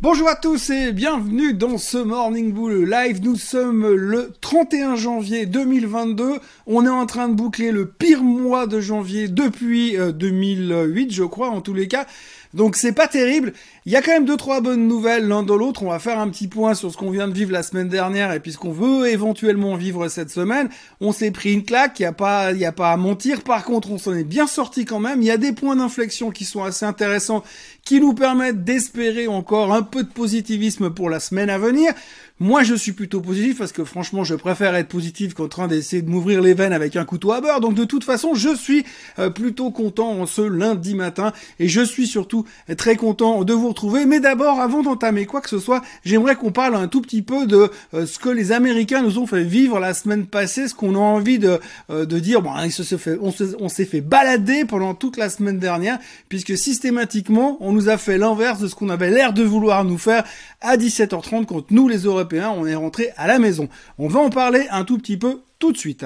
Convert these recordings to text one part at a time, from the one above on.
Bonjour à tous et bienvenue dans ce Morning Bull Live. Nous sommes le 31 janvier 2022. On est en train de boucler le pire mois de janvier depuis 2008, je crois, en tous les cas. Donc c'est pas terrible. Il y a quand même 2-3 bonnes nouvelles l'un de l'autre. On va faire un petit point sur ce qu'on vient de vivre la semaine dernière et puis ce qu'on veut éventuellement vivre cette semaine. On s'est pris une claque, il y a pas à mentir. Par contre, on s'en est bien sorti quand même. Il y a des points d'inflexion qui sont assez intéressants, qui nous permettent d'espérer encore un peu de positivisme pour la semaine à venir. Moi, je suis plutôt positif parce que franchement, je préfère être positif qu'en train d'essayer de m'ouvrir les veines avec un couteau à beurre. Donc de toute façon, je suis plutôt content en ce lundi matin et je suis surtout très content de vous retrouver. Mais d'abord, avant d'entamer quoi que ce soit, j'aimerais qu'on parle un tout petit peu de ce que les Américains nous ont fait vivre la semaine passée, ce qu'on a envie de dire. Bon, on s'est fait balader pendant toute la semaine dernière puisque systématiquement, on nous a fait l'inverse de ce qu'on avait l'air de vouloir nous faire à 17h30 quand nous, les Européens, on est rentrés à la maison. On va en parler un tout petit peu tout de suite.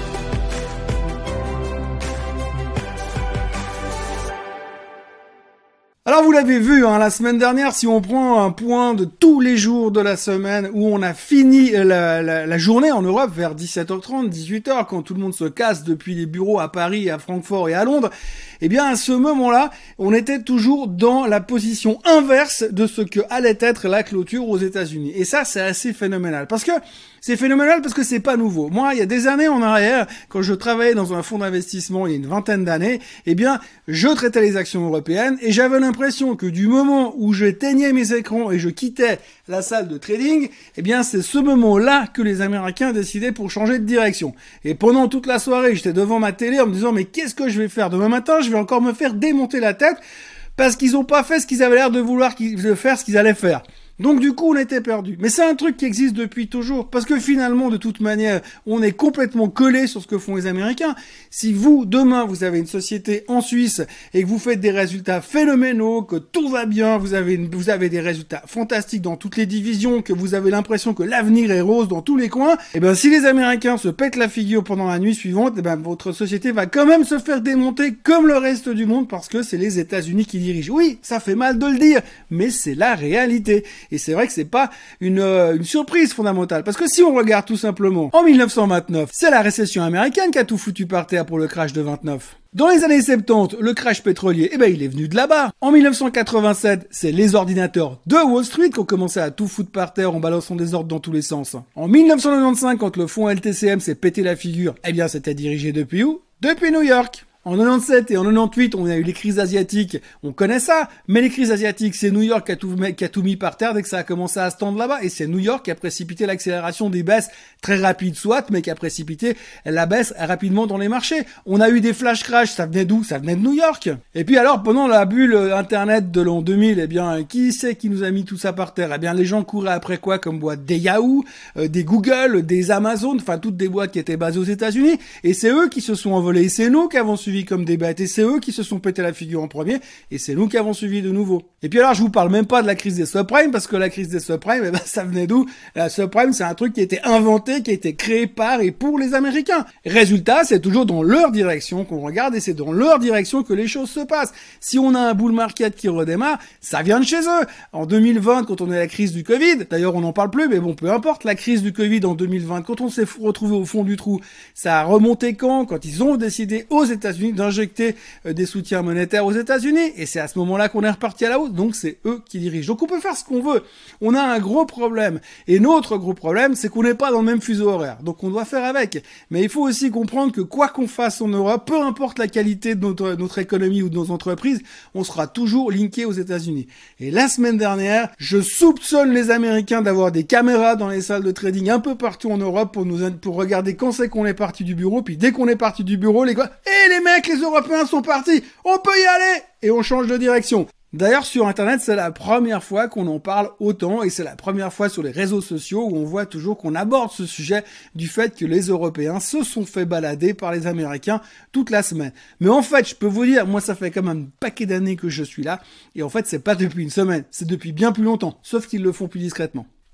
Alors vous l'avez vu la semaine dernière, si on prend un point de tous les jours de la semaine où on a fini la journée en Europe vers 17h30, 18h, quand tout le monde se casse depuis les bureaux à Paris, à Francfort et à Londres, eh bien à ce moment-là, on était toujours dans la position inverse de ce que allait être la clôture aux États-Unis. Et ça, c'est assez phénoménal. C'est phénoménal parce que c'est pas nouveau. Moi, il y a des années en arrière, quand je travaillais dans un fonds d'investissement il y a une vingtaine d'années, eh bien, je traitais les actions européennes et j'avais l'impression que du moment où j'éteignais mes écrans et je quittais la salle de trading, eh bien, c'est ce moment-là que les Américains décidaient pour changer de direction. Et pendant toute la soirée, j'étais devant ma télé en me disant, mais qu'est-ce que je vais faire demain matin? Je vais encore me faire démonter la tête parce qu'ils ont pas fait ce qu'ils avaient l'air de vouloir faire, ce qu'ils allaient faire. Donc du coup, on était perdu. Mais c'est un truc qui existe depuis toujours. Parce que finalement, de toute manière, on est complètement collé sur ce que font les Américains. Si vous, demain, vous avez une société en Suisse et que vous faites des résultats phénoménaux, que tout va bien, vous avez des résultats fantastiques dans toutes les divisions, que vous avez l'impression que l'avenir est rose dans tous les coins, et ben si les Américains se pètent la figure pendant la nuit suivante, et ben votre société va quand même se faire démonter comme le reste du monde parce que c'est les États-Unis qui dirigent. Oui, ça fait mal de le dire, mais c'est la réalité. Et c'est vrai que c'est pas une surprise fondamentale. Parce que si on regarde tout simplement, en 1929, c'est la récession américaine qui a tout foutu par terre pour le crash de 29. Dans les années 70, le crash pétrolier, il est venu de là-bas. En 1987, c'est les ordinateurs de Wall Street qui ont commencé à tout foutre par terre en balançant des ordres dans tous les sens. En 1995, quand le fonds LTCM s'est pété la figure, c'était dirigé depuis où? Depuis New York. En 97 et en 98, on a eu les crises asiatiques, on connaît ça, mais les crises asiatiques, c'est New York qui a tout mis par terre dès que ça a commencé à se tendre là-bas, et c'est New York qui a précipité l'accélération des baisses très rapides, soit, mais qui a précipité la baisse rapidement dans les marchés. On a eu des flash crash, ça venait d'où? Ça venait de New York. Et puis alors, pendant la bulle Internet de l'an 2000, qui c'est qui nous a mis tout ça par terre? Les gens couraient après quoi comme boîte? Des Yahoo, des Google, des Amazon, enfin toutes des boîtes qui étaient basées aux États-Unis, et c'est eux qui se sont envolés, et c'est nous qui avons suivi comme des bêtes, et c'est eux qui se sont pété la figure en premier, et c'est nous qui avons suivi de nouveau. Et puis alors, je vous parle même pas de la crise des subprimes, parce que la crise des subprimes, ça venait d'où? La subprime, c'est un truc qui a été inventé, qui a été créé par et pour les Américains. Résultat, c'est toujours dans leur direction qu'on regarde, et c'est dans leur direction que les choses se passent. Si on a un bull market qui redémarre, ça vient de chez eux. En 2020, quand on a la crise du Covid, d'ailleurs on n'en parle plus, mais bon, peu importe, la crise du Covid en 2020, quand on s'est retrouvé au fond du trou, ça a remonté quand ils ont décidé aux États-Unis d'injecter des soutiens monétaires aux États-Unis, et c'est à ce moment-là qu'on est reparti à la hausse, donc c'est eux qui dirigent. Donc on peut faire ce qu'on veut. On a un gros problème, et notre gros problème, c'est qu'on n'est pas dans le même fuseau horaire, donc on doit faire avec. Mais il faut aussi comprendre que quoi qu'on fasse en Europe, peu importe la qualité de notre économie ou de nos entreprises, on sera toujours linké aux États-Unis. Et la semaine dernière, je soupçonne les Américains d'avoir des caméras dans les salles de trading un peu partout en Europe pour regarder quand c'est qu'on est parti du bureau, puis dès qu'on est parti du bureau, les mecs, les Européens sont partis, on peut y aller, et on change de direction. D'ailleurs, sur Internet, c'est la première fois qu'on en parle autant, et c'est la première fois sur les réseaux sociaux où on voit toujours qu'on aborde ce sujet du fait que les Européens se sont fait balader par les Américains toute la semaine. Mais en fait, je peux vous dire, moi ça fait quand même un paquet d'années que je suis là, et en fait c'est pas depuis une semaine, c'est depuis bien plus longtemps, sauf qu'ils le font plus discrètement.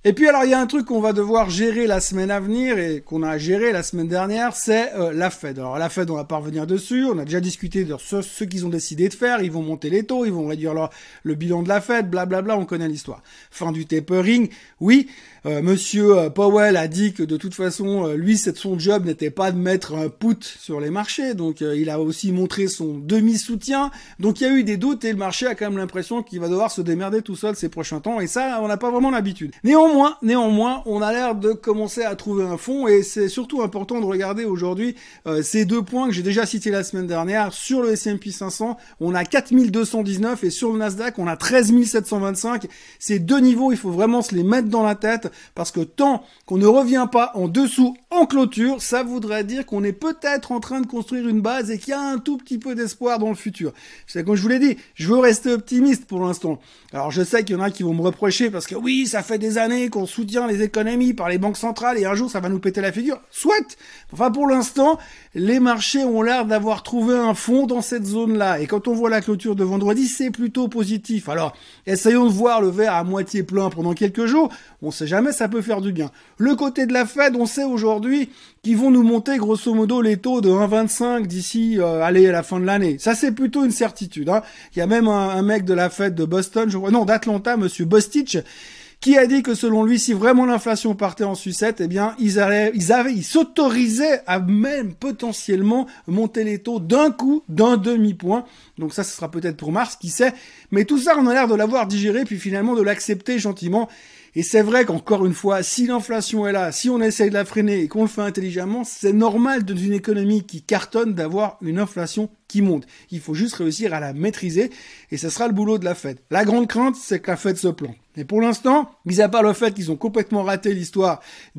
Et puis alors il y a un truc qu'on va devoir gérer la semaine à venir et qu'on a géré la semaine dernière, c'est la Fed. Alors la Fed, on va pas revenir dessus, on a déjà discuté de ce qu'ils ont décidé de faire, ils vont monter les taux, ils vont réduire le bilan de la Fed, blablabla, on connaît l'histoire. Fin du tapering, oui, Monsieur Powell a dit que de toute façon, lui, son job n'était pas de mettre un put sur les marchés, donc il a aussi montré son demi-soutien, donc il y a eu des doutes et le marché a quand même l'impression qu'il va devoir se démerder tout seul ces prochains temps, et ça, on n'a pas vraiment l'habitude. Néanmoins, on a l'air de commencer à trouver un fond, et c'est surtout important de regarder aujourd'hui ces deux points que j'ai déjà cités la semaine dernière. Sur le S&P 500, on a 4219, et sur le Nasdaq, on a 13725. Ces deux niveaux, il faut vraiment se les mettre dans la tête, parce que tant qu'on ne revient pas en dessous en clôture, ça voudrait dire qu'on est peut-être en train de construire une base et qu'il y a un tout petit peu d'espoir dans le futur. C'est comme je vous l'ai dit, je veux rester optimiste pour l'instant. Alors je sais qu'il y en a qui vont me reprocher parce que oui, ça fait des années qu'on soutient les économies par les banques centrales et un jour ça va nous péter la figure. Soit. Enfin pour l'instant, les marchés ont l'air d'avoir trouvé un fond dans cette zone-là. Et quand on voit la clôture de vendredi, c'est plutôt positif. Alors essayons de voir le verre à moitié plein pendant quelques jours. On sait jamais, ça peut faire du bien. Le côté de la Fed, on sait aujourd'hui qu'ils vont nous monter grosso modo les taux de 1,25 d'ici à la fin de l'année. Ça c'est plutôt une certitude. Hein. Il y a même un mec de la Fed de Boston, d'Atlanta, Monsieur Bostich, qui a dit que selon lui, si vraiment l'inflation partait en sucette, eh bien, ils s'autorisaient à même potentiellement monter les taux d'un coup, d'un demi-point. Donc ça, ce sera peut-être pour mars, qui sait. Mais tout ça, on a l'air de l'avoir digéré, puis finalement de l'accepter gentiment. Et c'est vrai qu'encore une fois, si l'inflation est là, si on essaye de la freiner et qu'on le fait intelligemment, c'est normal dans une économie qui cartonne d'avoir une inflation qui monte. Il faut juste réussir à la maîtriser et ce sera le boulot de la Fed. La grande crainte, c'est que la Fed se plante. Et pour l'instant, mis à part le fait qu'ils ont complètement raté l'histoire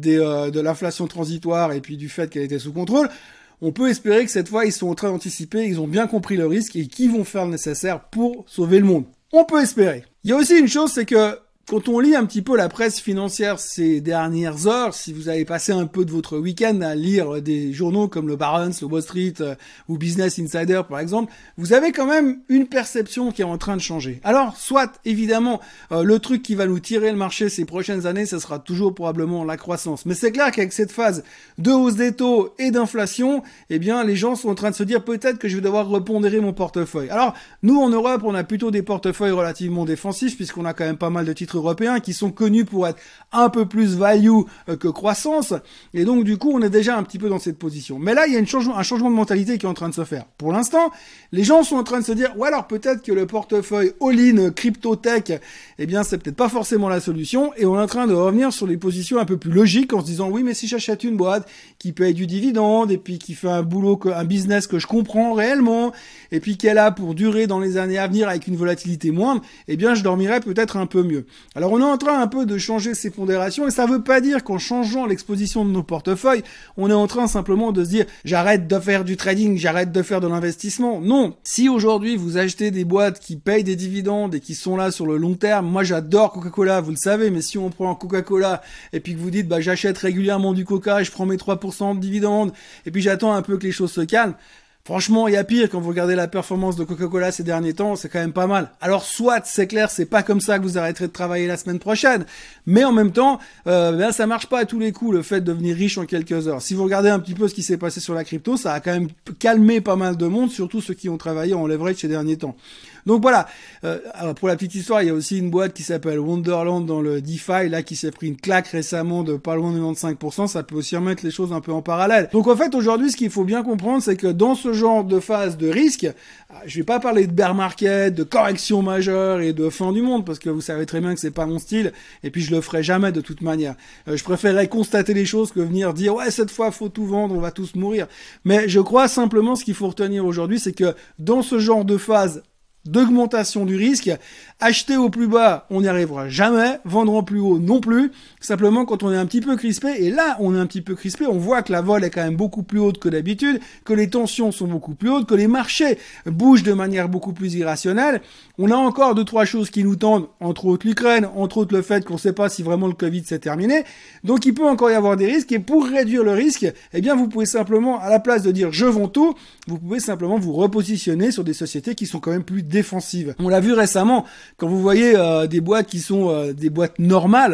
de l'inflation transitoire et puis du fait qu'elle était sous contrôle, on peut espérer que cette fois, ils sont en train d'anticiper, ils ont bien compris le risque et qu'ils vont faire le nécessaire pour sauver le monde. On peut espérer. Il y a aussi une chose, c'est que quand on lit un petit peu la presse financière ces dernières heures, si vous avez passé un peu de votre week-end à lire des journaux comme le Barron's, le Wall Street ou Business Insider par exemple, vous avez quand même une perception qui est en train de changer. Alors, soit évidemment, le truc qui va nous tirer le marché ces prochaines années, ce sera toujours probablement la croissance. Mais c'est clair qu'avec cette phase de hausse des taux et d'inflation, eh bien, les gens sont en train de se dire peut-être que je vais devoir repondérer mon portefeuille. Alors, nous en Europe, on a plutôt des portefeuilles relativement défensifs puisqu'on a quand même pas mal de titres européens qui sont connus pour être un peu plus value que croissance, et donc du coup on est déjà un petit peu dans cette position. Mais là il y a un changement de mentalité qui est en train de se faire. Pour l'instant, les gens sont en train de se dire, ouais alors peut-être que le portefeuille all-in crypto-tech, eh bien c'est peut-être pas forcément la solution, et on est en train de revenir sur les positions un peu plus logiques en se disant, oui mais si j'achète une boîte qui paye du dividende, et puis qui fait un business que je comprends réellement, et puis qu'elle a pour durer dans les années à venir avec une volatilité moindre, eh bien je dormirai peut-être un peu mieux. Alors on est en train un peu de changer ces pondérations et ça veut pas dire qu'en changeant l'exposition de nos portefeuilles, on est en train simplement de se dire j'arrête de faire du trading, j'arrête de faire de l'investissement. Non, si aujourd'hui vous achetez des boîtes qui payent des dividendes et qui sont là sur le long terme, moi j'adore Coca-Cola, vous le savez, mais si on prend Coca-Cola et puis que vous dites j'achète régulièrement du Coca et je prends mes 3% de dividendes et puis j'attends un peu que les choses se calment, franchement, il y a pire. Quand vous regardez la performance de Coca-Cola ces derniers temps, c'est quand même pas mal. Alors soit, c'est clair, c'est pas comme ça que vous arrêterez de travailler la semaine prochaine, mais en même temps, ça marche pas à tous les coups le fait de devenir riche en quelques heures. Si vous regardez un petit peu ce qui s'est passé sur la crypto, ça a quand même calmé pas mal de monde, surtout ceux qui ont travaillé en leverage ces derniers temps. Donc voilà, pour la petite histoire, il y a aussi une boîte qui s'appelle Wonderland dans le DeFi, là, qui s'est pris une claque récemment de pas loin de 95%, ça peut aussi remettre les choses un peu en parallèle. Donc en fait, aujourd'hui, ce qu'il faut bien comprendre, c'est que dans ce genre de phase de risque, je vais pas parler de bear market, de correction majeure et de fin du monde, parce que vous savez très bien que c'est pas mon style, et puis je le ferai jamais de toute manière. Je préférerais constater les choses que venir dire, ouais, cette fois, faut tout vendre, on va tous mourir. Mais je crois simplement, ce qu'il faut retenir aujourd'hui, c'est que dans ce genre de phase d'augmentation du risque, acheter au plus bas, on n'y arrivera jamais, vendre en plus haut non plus, simplement quand on est un petit peu crispé, et là on est un petit peu crispé, on voit que la vol est quand même beaucoup plus haute que d'habitude, que les tensions sont beaucoup plus hautes, que les marchés bougent de manière beaucoup plus irrationnelle. On a encore 2-3 choses qui nous tendent, entre autres l'Ukraine, entre autres le fait qu'on ne sait pas si vraiment le Covid s'est terminé, donc il peut encore y avoir des risques, et pour réduire le risque, eh bien vous pouvez simplement, à la place de dire je vends tout, vous pouvez simplement vous repositionner sur des sociétés qui sont quand même plus défensives. On l'a vu récemment, quand vous voyez des boîtes qui sont des boîtes normales,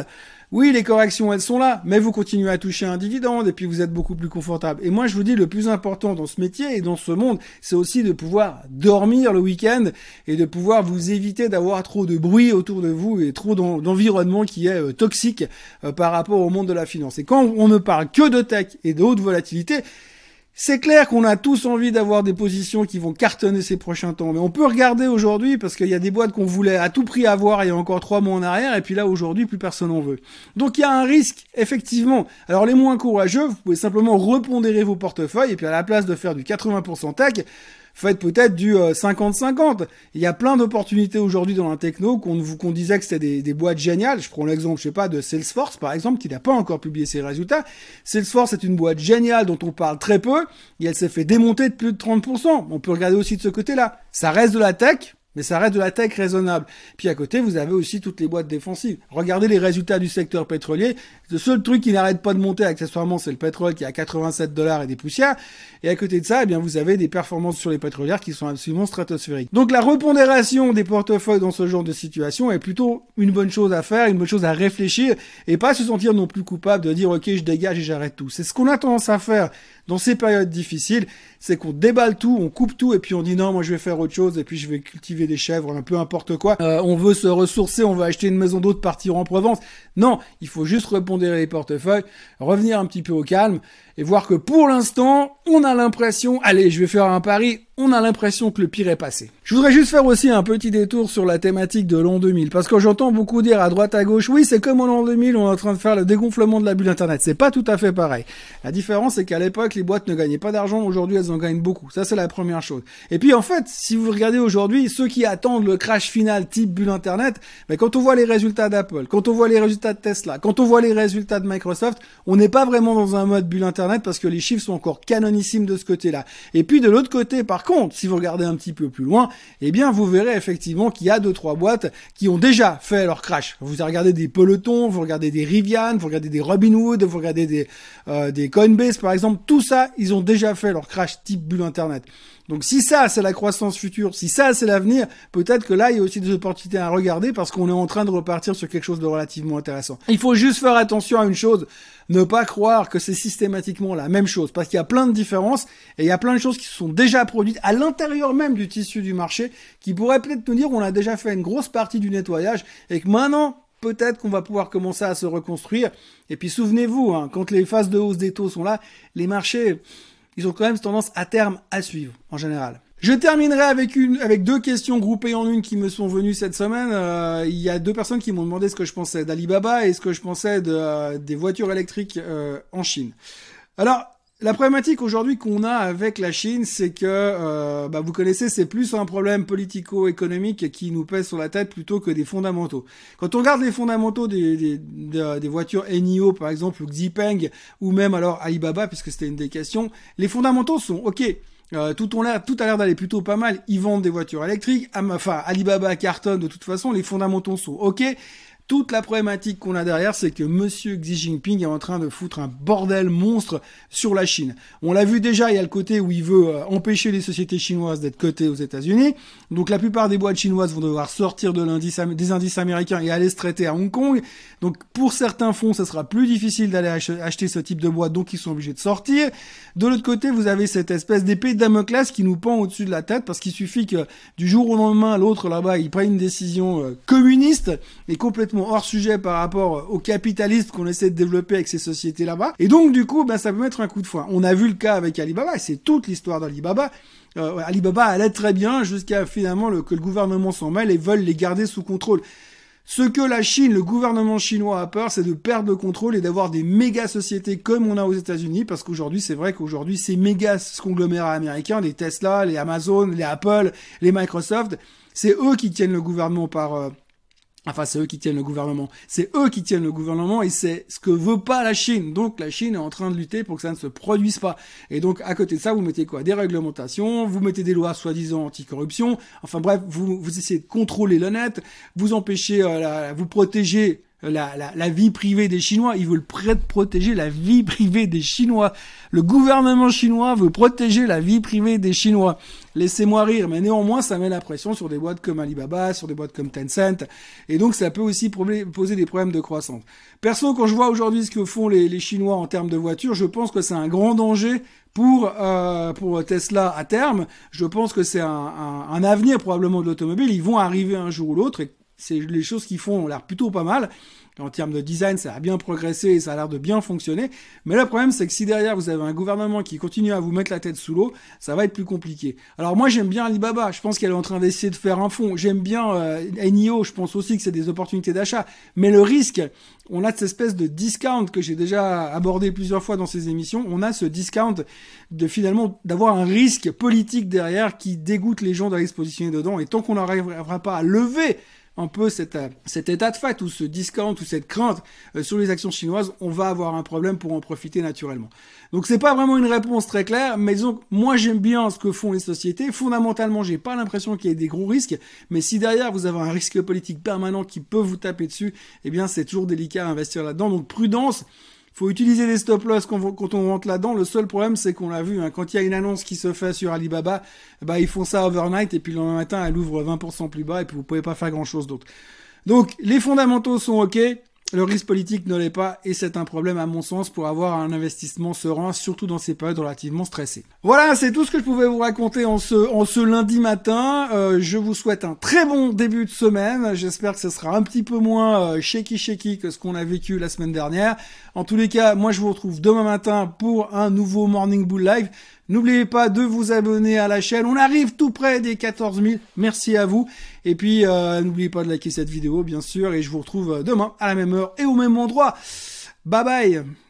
Oui, les corrections, elles sont là, mais vous continuez à toucher un dividende et puis vous êtes beaucoup plus confortable. Et moi, je vous dis, le plus important dans ce métier et dans ce monde, c'est aussi de pouvoir dormir le week-end et de pouvoir vous éviter d'avoir trop de bruit autour de vous et trop d'environnement qui est toxique par rapport au monde de la finance. Et quand on ne parle que de tech et de haute volatilité, c'est clair qu'on a tous envie d'avoir des positions qui vont cartonner ces prochains temps. Mais on peut regarder aujourd'hui, parce qu'il y a des boîtes qu'on voulait à tout prix avoir il y a encore 3 mois en arrière, et puis là, aujourd'hui, plus personne en veut. Donc il y a un risque, effectivement. Alors les moins courageux, vous pouvez simplement repondérer vos portefeuilles, et puis à la place de faire du 80% tech, faites peut-être du 50-50. Il y a plein d'opportunités aujourd'hui dans la techno qu'on disait que c'était des boîtes géniales. Je prends l'exemple, je sais pas, de Salesforce, par exemple, qui n'a pas encore publié ses résultats. Salesforce est une boîte géniale dont on parle très peu et elle s'est fait démonter de plus de 30%. On peut regarder aussi de ce côté-là. Ça reste de la tech, mais ça reste de la tech raisonnable. Puis à côté, vous avez aussi toutes les boîtes défensives. Regardez les résultats du secteur pétrolier. Le seul truc qui n'arrête pas de monter accessoirement, c'est le pétrole qui est à 87 $ et des poussières. Et à côté de ça, eh bien, vous avez des performances sur les pétrolières qui sont absolument stratosphériques. Donc la repondération des portefeuilles dans ce genre de situation est plutôt une bonne chose à faire, une bonne chose à réfléchir et pas se sentir non plus coupable de dire ok, je dégage et j'arrête tout. C'est ce qu'on a tendance à faire dans ces périodes difficiles, c'est qu'on déballe tout, on coupe tout et puis on dit non, moi je vais faire autre chose et puis je vais cultiver des chèvres, un peu n'importe quoi. On veut se ressourcer, on veut acheter une maison d'hôte, partir en Provence. Non, il faut juste repondérer les portefeuilles, revenir un petit peu au calme et voir que pour l'instant, on a l'impression, allez, je vais faire un pari, on a l'impression que le pire est passé. Je voudrais juste faire aussi un petit détour sur la thématique de l'an 2000, parce que j'entends beaucoup dire à droite à gauche, oui, c'est comme en l'an 2000, on est en train de faire le dégonflement de la bulle Internet. C'est pas tout à fait pareil. La différence, c'est qu'à l'époque, les boîtes ne gagnaient pas d'argent, aujourd'hui, elles en gagnent beaucoup. Ça, c'est la première chose. Et puis, en fait, si vous regardez aujourd'hui, ceux qui attendent le crash final type bulle Internet, mais quand on voit les résultats d'Apple, quand on voit les résultats de Tesla, quand on voit les résultats de Microsoft, on n'est pas vraiment dans un mode bulle Internet parce que les chiffres sont encore canonissimes de ce côté-là. Et puis de l'autre côté, par contre, si vous regardez un petit peu plus loin, eh bien vous verrez effectivement qu'il y a 2-3 boîtes qui ont déjà fait leur crash. Vous regardez des Peloton, vous regardez des Rivian, vous regardez des Robinhood, vous regardez des Coinbase par exemple, tout ça, ils ont déjà fait leur crash type bulle Internet. Donc si ça c'est la croissance future, si ça c'est l'avenir, peut-être que là il y a aussi des opportunités à regarder parce qu'on est en train de repartir sur quelque chose de relativement intéressant. Il faut juste faire attention à une chose, ne pas croire que c'est systématiquement la même chose parce qu'il y a plein de différences et il y a plein de choses qui se sont déjà produites à l'intérieur même du tissu du marché qui pourraient peut-être nous dire qu'on a déjà fait une grosse partie du nettoyage et que maintenant peut-être qu'on va pouvoir commencer à se reconstruire. Et puis souvenez-vous, quand les phases de hausse des taux sont là, les marchés ils ont quand même tendance à terme à suivre, en général. Je terminerai avec 2 questions groupées en une qui me sont venues cette semaine. Il y a 2 personnes qui m'ont demandé ce que je pensais d'Alibaba et ce que je pensais des voitures électriques en Chine. Alors, la problématique aujourd'hui qu'on a avec la Chine, c'est que, vous connaissez, c'est plus un problème politico-économique qui nous pèse sur la tête plutôt que des fondamentaux. Quand on regarde les fondamentaux des voitures NIO, par exemple, ou Xpeng, ou même alors Alibaba, puisque c'était une des questions, les fondamentaux sont OK. Tout a l'air d'aller plutôt pas mal. Ils vendent des voitures électriques. Enfin, Alibaba cartonne de toute façon. Les fondamentaux sont OK. Toute la problématique qu'on a derrière, c'est que monsieur Xi Jinping est en train de foutre un bordel monstre sur la Chine. On l'a vu déjà, il y a le côté où il veut empêcher les sociétés chinoises d'être cotées aux États-Unis. Donc la plupart des boîtes chinoises vont devoir sortir des indices américains et aller se traiter à Hong Kong. Donc pour certains fonds, ça sera plus difficile d'aller acheter ce type de boîte, donc ils sont obligés de sortir. De l'autre côté, vous avez cette espèce d'épée de Damoclès qui nous pend au-dessus de la tête parce qu'il suffit que du jour au lendemain, l'autre là-bas, il prenne une décision communiste et complètement hors sujet par rapport au capitalisme qu'on essaie de développer avec ces sociétés là-bas. Et donc, du coup, ça peut mettre un coup de foin. On a vu le cas avec Alibaba, et c'est toute l'histoire d'Alibaba. Alibaba allait très bien jusqu'à finalement que le gouvernement s'en mêle et veulent les garder sous contrôle. Ce que la Chine, le gouvernement chinois a peur, c'est de perdre le contrôle et d'avoir des méga sociétés comme on a aux États-Unis, parce qu'aujourd'hui, c'est vrai qu'aujourd'hui, ces méga conglomérats américains, les Tesla, les Amazon, les Apple, les Microsoft, c'est eux qui tiennent le gouvernement c'est eux qui tiennent le gouvernement. C'est eux qui tiennent le gouvernement et c'est ce que veut pas la Chine. Donc la Chine est en train de lutter pour que ça ne se produise pas. Et donc à côté de ça, vous mettez quoi? Des réglementations, vous mettez des lois soi-disant anticorruption. Enfin bref, vous essayez de contrôler le net, vous empêchez, vous protégez la vie privée des Chinois. Ils veulent protéger la vie privée des Chinois. Le gouvernement chinois veut protéger la vie privée des Chinois. Laissez-moi rire, mais néanmoins, ça met la pression sur des boîtes comme Alibaba, sur des boîtes comme Tencent, et donc ça peut aussi poser des problèmes de croissance. Perso, quand je vois aujourd'hui ce que font les Chinois en termes de voitures, je pense que c'est un grand danger pour Tesla à terme. Je pense que c'est un avenir probablement de l'automobile. Ils vont arriver un jour ou l'autre, et c'est les choses qu'ils font ont l'air plutôt pas mal. En termes de design, ça a bien progressé et ça a l'air de bien fonctionner. Mais le problème, c'est que si derrière vous avez un gouvernement qui continue à vous mettre la tête sous l'eau, ça va être plus compliqué. Alors moi, j'aime bien Alibaba. Je pense qu'elle est en train d'essayer de faire un fonds. J'aime bien NIO. Je pense aussi que c'est des opportunités d'achat. Mais le risque, on a cette espèce de discount que j'ai déjà abordé plusieurs fois dans ces émissions. On a ce discount de finalement d'avoir un risque politique derrière qui dégoûte les gens d'aller se positionner dedans. Et tant qu'on n'arrivera pas à lever un peu cet état de fait ou ce discount ou cette crainte sur les actions chinoises, on va avoir un problème pour en profiter naturellement. Donc c'est pas vraiment une réponse très claire, mais disons que moi j'aime bien ce que font les sociétés. Fondamentalement, j'ai pas l'impression qu'il y ait des gros risques, mais si derrière vous avez un risque politique permanent qui peut vous taper dessus, eh bien c'est toujours délicat à investir là-dedans. Donc prudence. Faut utiliser des stop-loss quand on rentre là-dedans. Le seul problème, c'est qu'on l'a vu, hein, quand il y a une annonce qui se fait sur Alibaba, ils font ça overnight et puis le lendemain matin, elle ouvre 20% plus bas et puis vous pouvez pas faire grand-chose d'autre. Donc, les fondamentaux sont OK. Le risque politique ne l'est pas et c'est un problème à mon sens pour avoir un investissement serein, surtout dans ces périodes relativement stressées. Voilà, c'est tout ce que je pouvais vous raconter en ce lundi matin. Je vous souhaite un très bon début de semaine. J'espère que ce sera un petit peu moins shaky que ce qu'on a vécu la semaine dernière. En tous les cas, moi je vous retrouve demain matin pour un nouveau Morning Bull Live. N'oubliez pas de vous abonner à la chaîne. On arrive tout près des 14 000. Merci à vous. Et puis, n'oubliez pas de liker cette vidéo, bien sûr. Et je vous retrouve demain à la même heure et au même endroit. Bye bye.